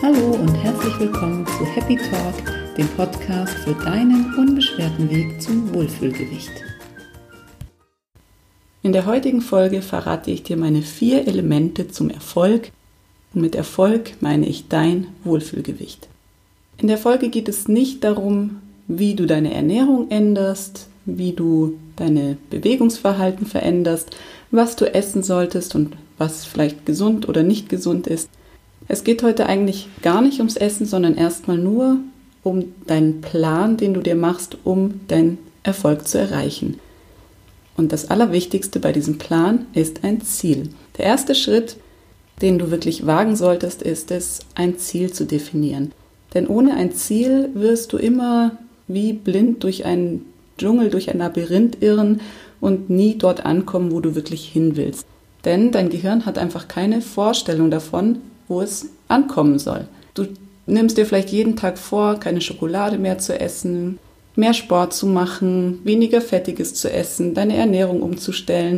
Hallo und herzlich willkommen zu Happy Talk, dem Podcast für deinen unbeschwerten Weg zum Wohlfühlgewicht. In der heutigen Folge verrate ich dir meine 4 Elemente zum Erfolg. Und mit Erfolg meine ich dein Wohlfühlgewicht. In der Folge geht es nicht darum, wie du deine Ernährung änderst, wie du deine Bewegungsverhalten veränderst, was du essen solltest und was vielleicht gesund oder nicht gesund ist. Es geht heute eigentlich gar nicht ums Essen, sondern erstmal nur um deinen Plan, den du dir machst, um deinen Erfolg zu erreichen. Und das Allerwichtigste bei diesem Plan ist ein Ziel. Der erste Schritt, den du wirklich wagen solltest, ist es, ein Ziel zu definieren. Denn ohne ein Ziel wirst du immer wie blind durch einen Dschungel, durch ein Labyrinth irren und nie dort ankommen, wo du wirklich hin willst. Denn dein Gehirn hat einfach keine Vorstellung davon, wo es ankommen soll. Du nimmst dir vielleicht jeden Tag vor, keine Schokolade mehr zu essen, mehr Sport zu machen, weniger Fettiges zu essen, deine Ernährung umzustellen.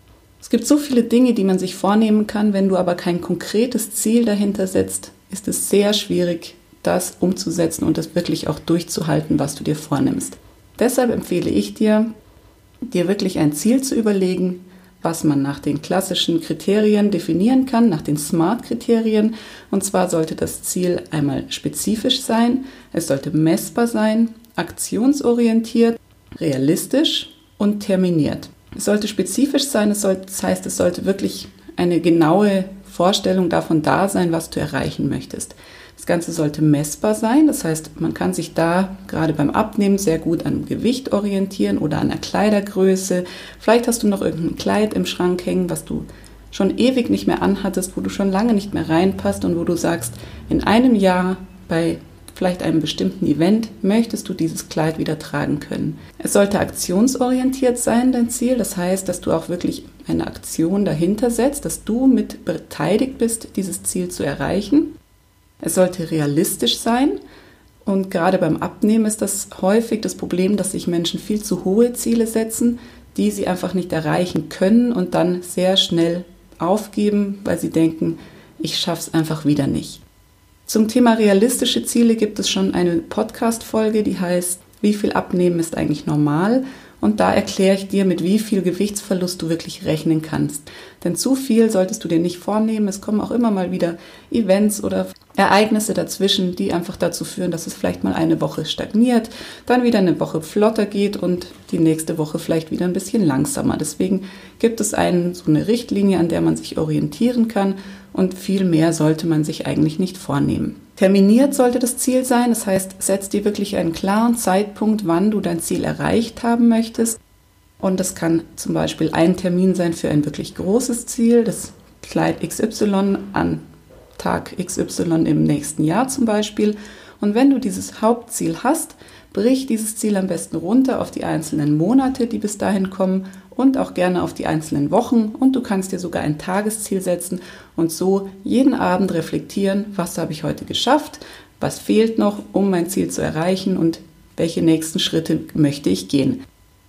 Es gibt so viele Dinge, die man sich vornehmen kann, wenn du aber kein konkretes Ziel dahinter setzt, ist es sehr schwierig, das umzusetzen und das wirklich auch durchzuhalten, was du dir vornimmst. Deshalb empfehle ich dir wirklich ein Ziel zu überlegen, was man nach den klassischen Kriterien definieren kann, nach den SMART-Kriterien. Und zwar sollte das Ziel einmal spezifisch sein, es sollte messbar sein, aktionsorientiert, realistisch und terminiert. Es sollte spezifisch sein, das heißt, es sollte wirklich eine genaue Vorstellung davon da sein, was du erreichen möchtest. Das Ganze sollte messbar sein, das heißt, man kann sich da gerade beim Abnehmen sehr gut an Gewicht orientieren oder an der Kleidergröße. Vielleicht hast du noch irgendein Kleid im Schrank hängen, was du schon ewig nicht mehr anhattest, wo du schon lange nicht mehr reinpasst und wo du sagst, in einem Jahr bei vielleicht einem bestimmten Event möchtest du dieses Kleid wieder tragen können. Es sollte aktionsorientiert sein, dein Ziel. Das heißt, dass du auch wirklich eine Aktion dahinter setzt, dass du mit beteiligt bist, dieses Ziel zu erreichen. Es sollte realistisch sein und gerade beim Abnehmen ist das häufig das Problem, dass sich Menschen viel zu hohe Ziele setzen, die sie einfach nicht erreichen können und dann sehr schnell aufgeben, weil sie denken, ich schaffe es einfach wieder nicht. Zum Thema realistische Ziele gibt es schon eine Podcast-Folge, die heißt, wie viel Abnehmen ist eigentlich normal? Und da erkläre ich dir, mit wie viel Gewichtsverlust du wirklich rechnen kannst. Denn zu viel solltest du dir nicht vornehmen. Es kommen auch immer mal wieder Events oder Ereignisse dazwischen, die einfach dazu führen, dass es vielleicht mal eine Woche stagniert, dann wieder eine Woche flotter geht und die nächste Woche vielleicht wieder ein bisschen langsamer. Deswegen gibt es so eine Richtlinie, an der man sich orientieren kann und viel mehr sollte man sich eigentlich nicht vornehmen. Terminiert sollte das Ziel sein, das heißt, setz dir wirklich einen klaren Zeitpunkt, wann du dein Ziel erreicht haben möchtest. Und das kann zum Beispiel ein Termin sein für ein wirklich großes Ziel, das Kleid XY an Tag XY im nächsten Jahr zum Beispiel. Und wenn du dieses Hauptziel hast, brich dieses Ziel am besten runter auf die einzelnen Monate, die bis dahin kommen und auch gerne auf die einzelnen Wochen. Und du kannst dir sogar ein Tagesziel setzen und so jeden Abend reflektieren, was habe ich heute geschafft, was fehlt noch, um mein Ziel zu erreichen und welche nächsten Schritte möchte ich gehen.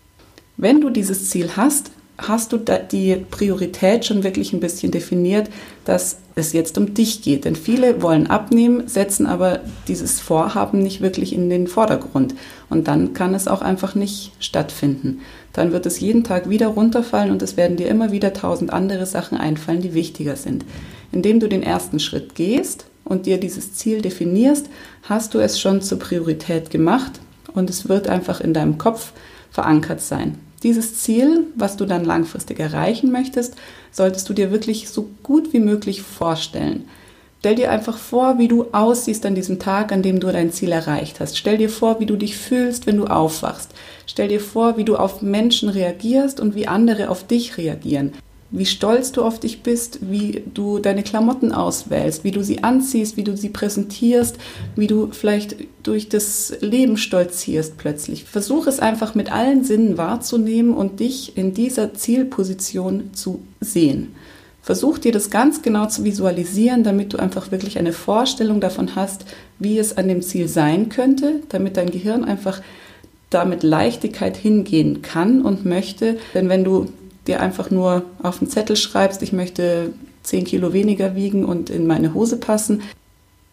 Wenn du dieses Ziel hast, hast du die Priorität schon wirklich ein bisschen definiert, dass es jetzt um dich geht. Denn viele wollen abnehmen, setzen aber dieses Vorhaben nicht wirklich in den Vordergrund. Und dann kann es auch einfach nicht stattfinden. Dann wird es jeden Tag wieder runterfallen und es werden dir immer wieder 1000 andere Sachen einfallen, die wichtiger sind. Indem du den ersten Schritt gehst und dir dieses Ziel definierst, hast du es schon zur Priorität gemacht und es wird einfach in deinem Kopf verankert sein. Dieses Ziel, was du dann langfristig erreichen möchtest, solltest du dir wirklich so gut wie möglich vorstellen. Stell dir einfach vor, wie du aussiehst an diesem Tag, an dem du dein Ziel erreicht hast. Stell dir vor, wie du dich fühlst, wenn du aufwachst. Stell dir vor, wie du auf Menschen reagierst und wie andere auf dich reagieren. Wie stolz du auf dich bist, wie du deine Klamotten auswählst, wie du sie anziehst, wie du sie präsentierst, wie du vielleicht durch das Leben stolzierst plötzlich. Versuch es einfach mit allen Sinnen wahrzunehmen und dich in dieser Zielposition zu sehen. Versuch dir das ganz genau zu visualisieren, damit du einfach wirklich eine Vorstellung davon hast, wie es an dem Ziel sein könnte, damit dein Gehirn einfach da mit Leichtigkeit hingehen kann und möchte. Denn wenn du dir einfach nur auf einen Zettel schreibst, ich möchte 10 Kilo weniger wiegen und in meine Hose passen,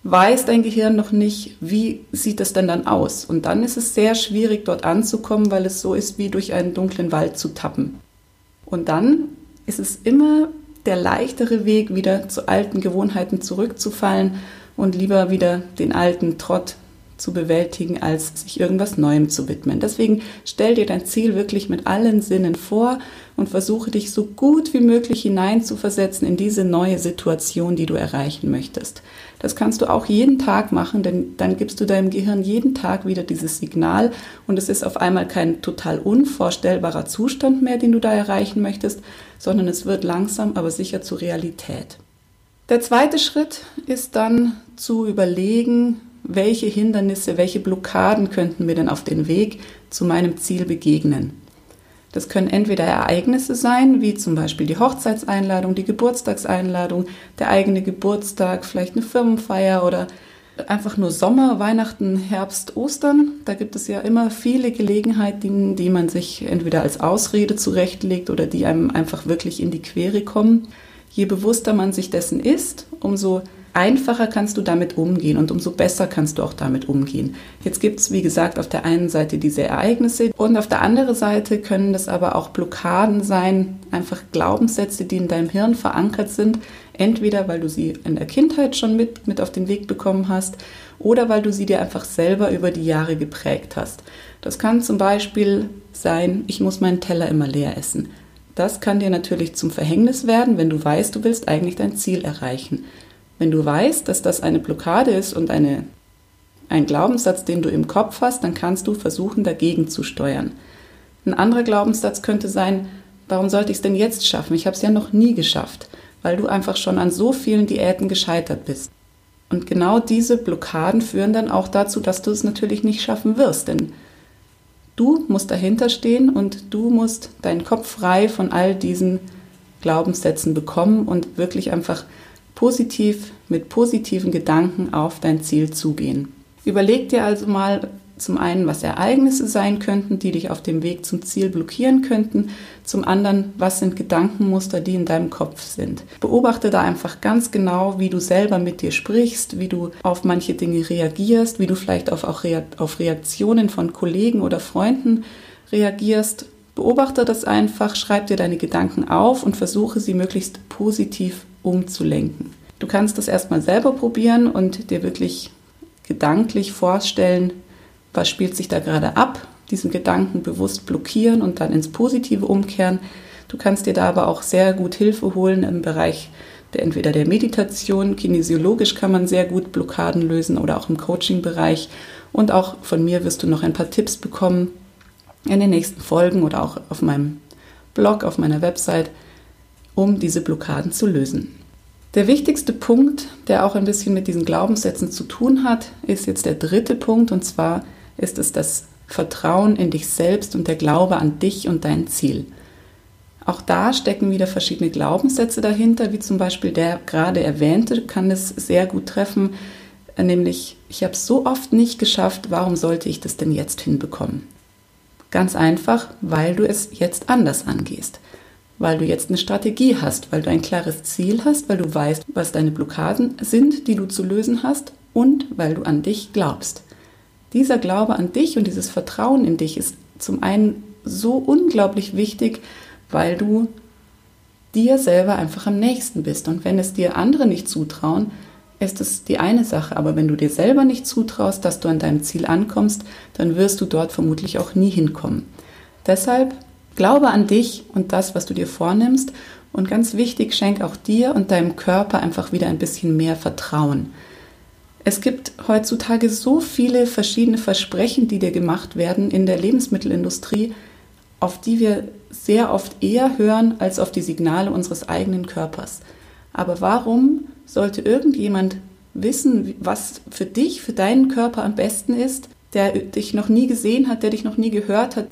weiß dein Gehirn noch nicht, wie sieht es denn dann aus. Und dann ist es sehr schwierig, dort anzukommen, weil es so ist, wie durch einen dunklen Wald zu tappen. Und dann ist es immer der leichtere Weg, wieder zu alten Gewohnheiten zurückzufallen und lieber wieder den alten Trott zu bewältigen, als sich irgendwas Neuem zu widmen. Deswegen stell dir dein Ziel wirklich mit allen Sinnen vor und versuche dich so gut wie möglich hineinzuversetzen in diese neue Situation, die du erreichen möchtest. Das kannst du auch jeden Tag machen, denn dann gibst du deinem Gehirn jeden Tag wieder dieses Signal und es ist auf einmal kein total unvorstellbarer Zustand mehr, den du da erreichen möchtest, sondern es wird langsam, aber sicher zur Realität. Der zweite Schritt ist dann zu überlegen, welche Hindernisse, welche Blockaden könnten mir denn auf den Weg zu meinem Ziel begegnen. Das können entweder Ereignisse sein, wie zum Beispiel die Hochzeitseinladung, die Geburtstagseinladung, der eigene Geburtstag, vielleicht eine Firmenfeier oder einfach nur Sommer, Weihnachten, Herbst, Ostern. Da gibt es ja immer viele Gelegenheiten, die man sich entweder als Ausrede zurechtlegt oder die einem einfach wirklich in die Quere kommen. Je bewusster man sich dessen ist, umso einfacher kannst du damit umgehen und umso besser kannst du auch damit umgehen. Jetzt gibt es, wie gesagt, auf der einen Seite diese Ereignisse und auf der anderen Seite können das aber auch Blockaden sein, einfach Glaubenssätze, die in deinem Hirn verankert sind, entweder weil du sie in der Kindheit schon mit auf den Weg bekommen hast oder weil du sie dir einfach selber über die Jahre geprägt hast. Das kann zum Beispiel sein, ich muss meinen Teller immer leer essen. Das kann dir natürlich zum Verhängnis werden, wenn du weißt, du willst eigentlich dein Ziel erreichen. Wenn du weißt, dass das eine Blockade ist und ein Glaubenssatz, den du im Kopf hast, dann kannst du versuchen, dagegen zu steuern. Ein anderer Glaubenssatz könnte sein, warum sollte ich es denn jetzt schaffen? Ich habe es ja noch nie geschafft, weil du einfach schon an so vielen Diäten gescheitert bist. Und genau diese Blockaden führen dann auch dazu, dass du es natürlich nicht schaffen wirst, denn du musst dahinter stehen und du musst deinen Kopf frei von all diesen Glaubenssätzen bekommen und wirklich einfach positiv, mit positiven Gedanken auf dein Ziel zugehen. Überleg dir also mal zum einen, was Ereignisse sein könnten, die dich auf dem Weg zum Ziel blockieren könnten. Zum anderen, was sind Gedankenmuster, die in deinem Kopf sind. Beobachte da einfach ganz genau, wie du selber mit dir sprichst, wie du auf manche Dinge reagierst, wie du vielleicht auf Reaktionen von Kollegen oder Freunden reagierst. Beobachte das einfach, schreib dir deine Gedanken auf und versuche sie möglichst positiv umzulenken. Du kannst das erstmal selber probieren und dir wirklich gedanklich vorstellen, was spielt sich da gerade ab, diesen Gedanken bewusst blockieren und dann ins Positive umkehren. Du kannst dir da aber auch sehr gut Hilfe holen im Bereich entweder der Meditation, kinesiologisch kann man sehr gut Blockaden lösen oder auch im Coaching-Bereich. Und auch von mir wirst du noch ein paar Tipps bekommen in den nächsten Folgen oder auch auf meinem Blog, auf meiner Website, um diese Blockaden zu lösen. Der wichtigste Punkt, der auch ein bisschen mit diesen Glaubenssätzen zu tun hat, ist jetzt der dritte Punkt, und zwar ist es das Vertrauen in dich selbst und der Glaube an dich und dein Ziel. Auch da stecken wieder verschiedene Glaubenssätze dahinter, wie zum Beispiel der gerade erwähnte, kann es sehr gut treffen, nämlich ich habe es so oft nicht geschafft, warum sollte ich das denn jetzt hinbekommen? Ganz einfach, weil du es jetzt anders angehst. Weil du jetzt eine Strategie hast, weil du ein klares Ziel hast, weil du weißt, was deine Blockaden sind, die du zu lösen hast und weil du an dich glaubst. Dieser Glaube an dich und dieses Vertrauen in dich ist zum einen so unglaublich wichtig, weil du dir selber einfach am nächsten bist. Und wenn es dir andere nicht zutrauen, ist es die eine Sache. Aber wenn du dir selber nicht zutraust, dass du an deinem Ziel ankommst, dann wirst du dort vermutlich auch nie hinkommen. Deshalb glaube an dich und das, was du dir vornimmst. Und ganz wichtig, schenk auch dir und deinem Körper einfach wieder ein bisschen mehr Vertrauen. Es gibt heutzutage so viele verschiedene Versprechen, die dir gemacht werden in der Lebensmittelindustrie, auf die wir sehr oft eher hören als auf die Signale unseres eigenen Körpers. Aber warum sollte irgendjemand wissen, was für dich, für deinen Körper am besten ist, der dich noch nie gesehen hat, der dich noch nie gehört hat?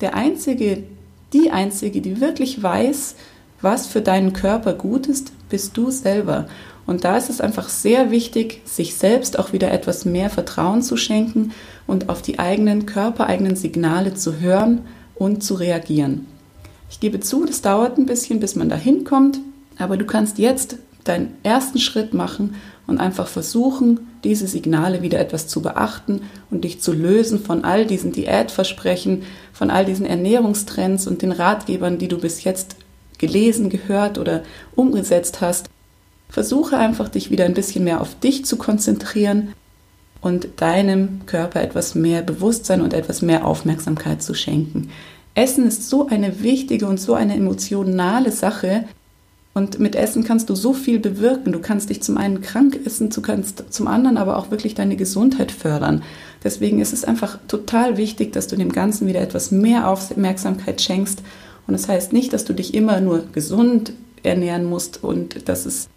Die Einzige, die wirklich weiß, was für deinen Körper gut ist, bist du selber. Und da ist es einfach sehr wichtig, sich selbst auch wieder etwas mehr Vertrauen zu schenken und auf die eigenen körpereigenen Signale zu hören und zu reagieren. Ich gebe zu, das dauert ein bisschen, bis man da hinkommt, aber du kannst jetzt deinen ersten Schritt machen und einfach versuchen, diese Signale wieder etwas zu beachten und dich zu lösen von all diesen Diätversprechen, von all diesen Ernährungstrends und den Ratgebern, die du bis jetzt gelesen, gehört oder umgesetzt hast. Versuche einfach, dich wieder ein bisschen mehr auf dich zu konzentrieren und deinem Körper etwas mehr Bewusstsein und etwas mehr Aufmerksamkeit zu schenken. Essen ist so eine wichtige und so eine emotionale Sache. Und mit Essen kannst du so viel bewirken. Du kannst dich zum einen krank essen, du kannst zum anderen aber auch wirklich deine Gesundheit fördern. Deswegen ist es einfach total wichtig, dass du dem Ganzen wieder etwas mehr Aufmerksamkeit schenkst. Und das heißt nicht, dass du dich immer nur gesund ernähren musst und dass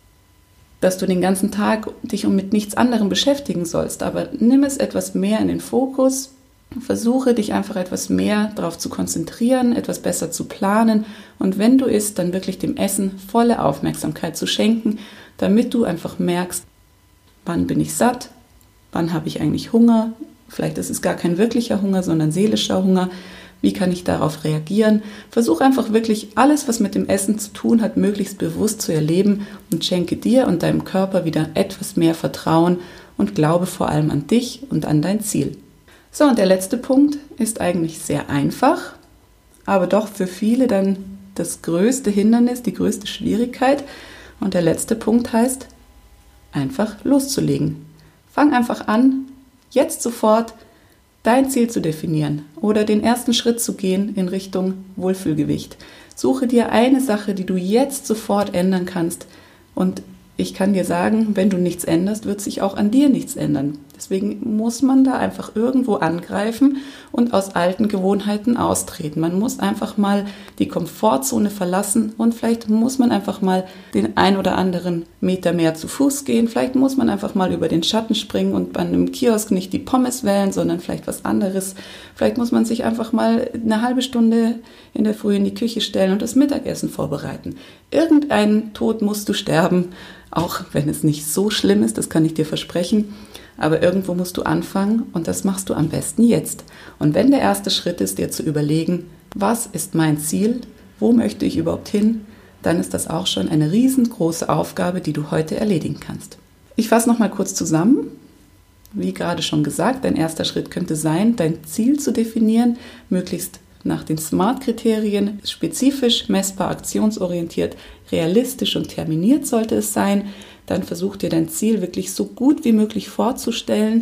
du den ganzen Tag dich mit nichts anderem beschäftigen sollst. Aber nimm es etwas mehr in den Fokus. Versuche dich einfach etwas mehr darauf zu konzentrieren, etwas besser zu planen und wenn du isst, dann wirklich dem Essen volle Aufmerksamkeit zu schenken, damit du einfach merkst, wann bin ich satt, wann habe ich eigentlich Hunger, vielleicht ist es gar kein wirklicher Hunger, sondern seelischer Hunger, wie kann ich darauf reagieren. Versuch einfach wirklich alles, was mit dem Essen zu tun hat, möglichst bewusst zu erleben und schenke dir und deinem Körper wieder etwas mehr Vertrauen und glaube vor allem an dich und an dein Ziel. So, und der letzte Punkt ist eigentlich sehr einfach, aber doch für viele dann das größte Hindernis, die größte Schwierigkeit. Und der letzte Punkt heißt, einfach loszulegen. Fang einfach an, jetzt sofort dein Ziel zu definieren oder den ersten Schritt zu gehen in Richtung Wohlfühlgewicht. Suche dir eine Sache, die du jetzt sofort ändern kannst und ich kann dir sagen, wenn du nichts änderst, wird sich auch an dir nichts ändern. Deswegen muss man da einfach irgendwo angreifen und aus alten Gewohnheiten austreten. Man muss einfach mal die Komfortzone verlassen und vielleicht muss man einfach mal den ein oder anderen Meter mehr zu Fuß gehen. Vielleicht muss man einfach mal über den Schatten springen und bei einem Kiosk nicht die Pommes wählen, sondern vielleicht was anderes. Vielleicht muss man sich einfach mal eine halbe Stunde in der Früh in die Küche stellen und das Mittagessen vorbereiten. Irgendeinen Tod musst du sterben, auch wenn es nicht so schlimm ist, das kann ich dir versprechen. Aber irgendwo musst du anfangen und das machst du am besten jetzt. Und wenn der erste Schritt ist, dir zu überlegen, was ist mein Ziel, wo möchte ich überhaupt hin, dann ist das auch schon eine riesengroße Aufgabe, die du heute erledigen kannst. Ich fasse nochmal kurz zusammen. Wie gerade schon gesagt, dein erster Schritt könnte sein, dein Ziel zu definieren, möglichst nach den SMART-Kriterien, spezifisch, messbar, aktionsorientiert, realistisch und terminiert sollte es sein. Dann versuch dir dein Ziel wirklich so gut wie möglich vorzustellen.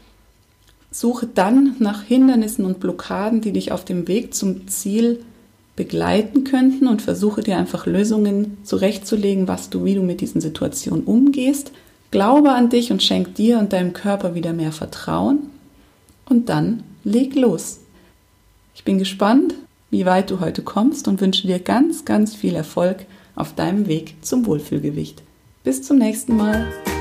Suche dann nach Hindernissen und Blockaden, die dich auf dem Weg zum Ziel begleiten könnten und versuche dir einfach Lösungen zurechtzulegen, wie du mit diesen Situationen umgehst. Glaube an dich und schenk dir und deinem Körper wieder mehr Vertrauen und dann leg los. Ich bin gespannt, wie weit du heute kommst und wünsche dir ganz, ganz viel Erfolg auf deinem Weg zum Wohlfühlgewicht. Bis zum nächsten Mal.